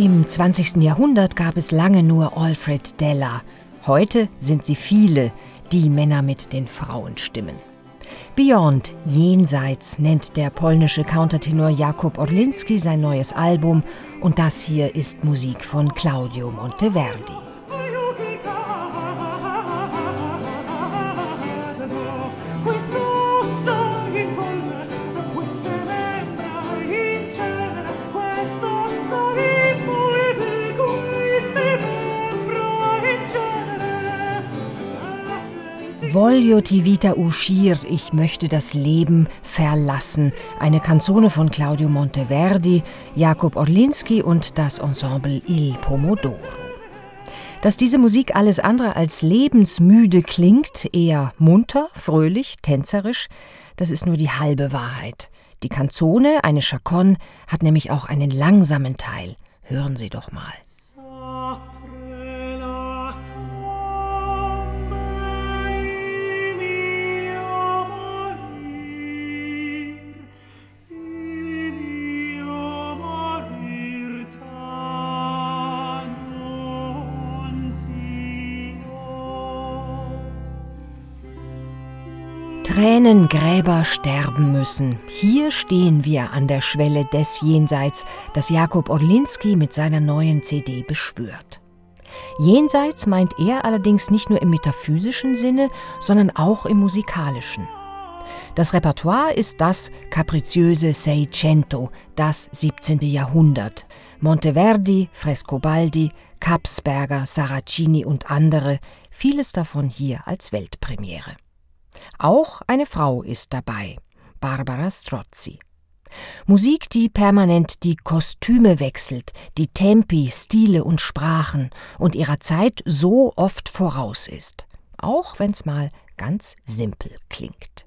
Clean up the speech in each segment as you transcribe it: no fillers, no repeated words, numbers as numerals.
Im 20. Jahrhundert gab es lange nur Alfred Della. Heute sind sie viele, die Männer mit den Frauenstimmen. Beyond, jenseits, nennt der polnische Countertenor Jakub Orliński sein neues Album, und das hier ist Musik von Claudio Monteverdi. Voglio ti vita uscir, ich möchte das Leben verlassen. Eine Canzone von Claudio Monteverdi, Jakub Orliński und das Ensemble Il Pomodoro. Dass diese Musik alles andere als lebensmüde klingt, eher munter, fröhlich, tänzerisch, das ist nur die halbe Wahrheit. Die Canzone, eine Chaconne, hat nämlich auch einen langsamen Teil. Hören Sie doch mal. Tränengräber sterben müssen. Hier stehen wir an der Schwelle des Jenseits, das Jakub Orliński mit seiner neuen CD beschwört. Jenseits meint er allerdings nicht nur im metaphysischen Sinne, sondern auch im musikalischen. Das Repertoire ist das kapriziöse Seicento, das 17. Jahrhundert. Monteverdi, Frescobaldi, Kapsberger, Saracini und andere, vieles davon hier als Weltpremiere. Auch eine Frau ist dabei, Barbara Strozzi. Musik, die permanent die Kostüme wechselt, die Tempi, Stile und Sprachen und ihrer Zeit so oft voraus ist, auch wenn es mal ganz simpel klingt.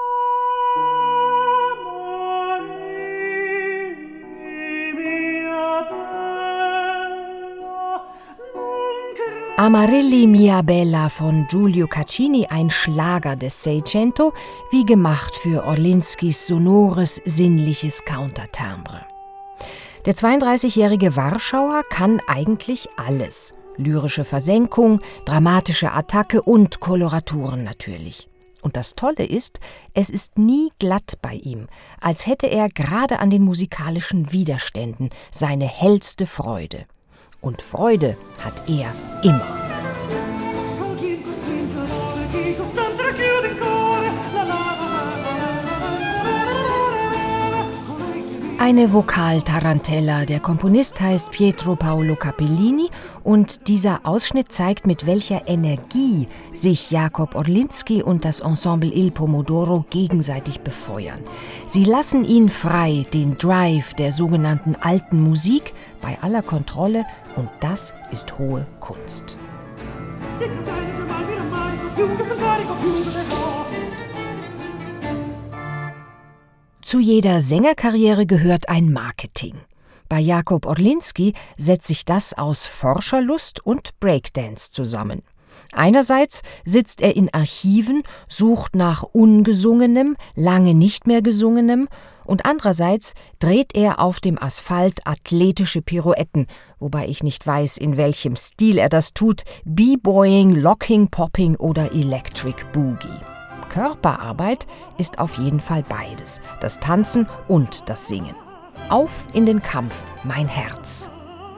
Amarilli mia bella von Giulio Caccini, ein Schlager des Seicento, wie gemacht für Orlińskis sonores, sinnliches Countertimbre. Der 32-jährige Warschauer kann eigentlich alles. Lyrische Versenkung, dramatische Attacke und Koloraturen natürlich. Und das Tolle ist, es ist nie glatt bei ihm, als hätte er gerade an den musikalischen Widerständen seine hellste Freude. Und Freude hat er immer. Eine Vokaltarantella. Der Komponist heißt Pietro Paolo Capellini und dieser Ausschnitt zeigt, mit welcher Energie sich Jakub Orliński und das Ensemble Il Pomodoro gegenseitig befeuern. Sie lassen ihn frei, den Drive der sogenannten alten Musik, bei aller Kontrolle, und das ist hohe Kunst. Zu jeder Sängerkarriere gehört ein Marketing. Bei Jakub Orliński setzt sich das aus Forscherlust und Breakdance zusammen. Einerseits sitzt er in Archiven, sucht nach Ungesungenem, lange nicht mehr Gesungenem, und andererseits dreht er auf dem Asphalt athletische Pirouetten, wobei ich nicht weiß, in welchem Stil er das tut, B-Boying, Locking, Popping oder Electric Boogie. Körperarbeit ist auf jeden Fall beides, das Tanzen und das Singen. Auf in den Kampf, mein Herz!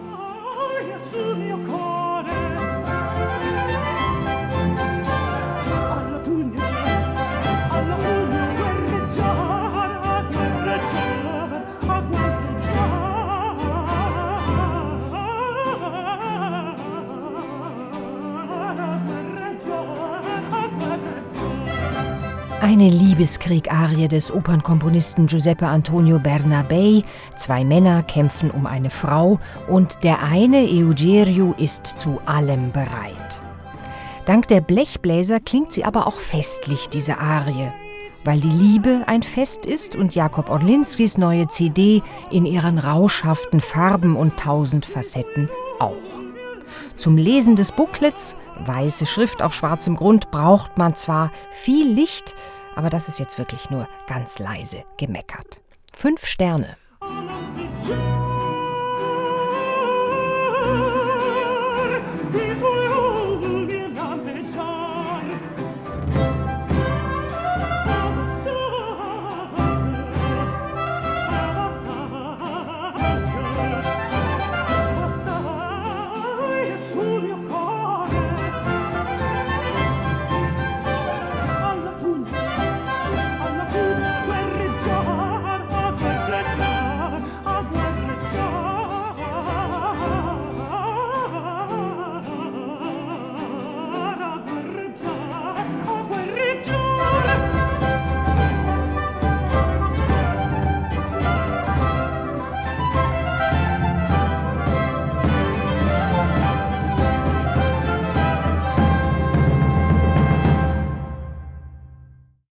Eine Liebeskrieg-Arie des Opernkomponisten Giuseppe Antonio Bernabei. Zwei Männer kämpfen um eine Frau und der eine, Eugerio, ist zu allem bereit. Dank der Blechbläser klingt sie aber auch festlich, diese Arie. Weil die Liebe ein Fest ist und Jakub Orlińskis neue CD in ihren rauschhaften Farben und 1000 Facetten auch. Zum Lesen des Booklets, weiße Schrift auf schwarzem Grund, braucht man zwar viel Licht, aber das ist jetzt wirklich nur ganz leise gemeckert. 5 Sterne.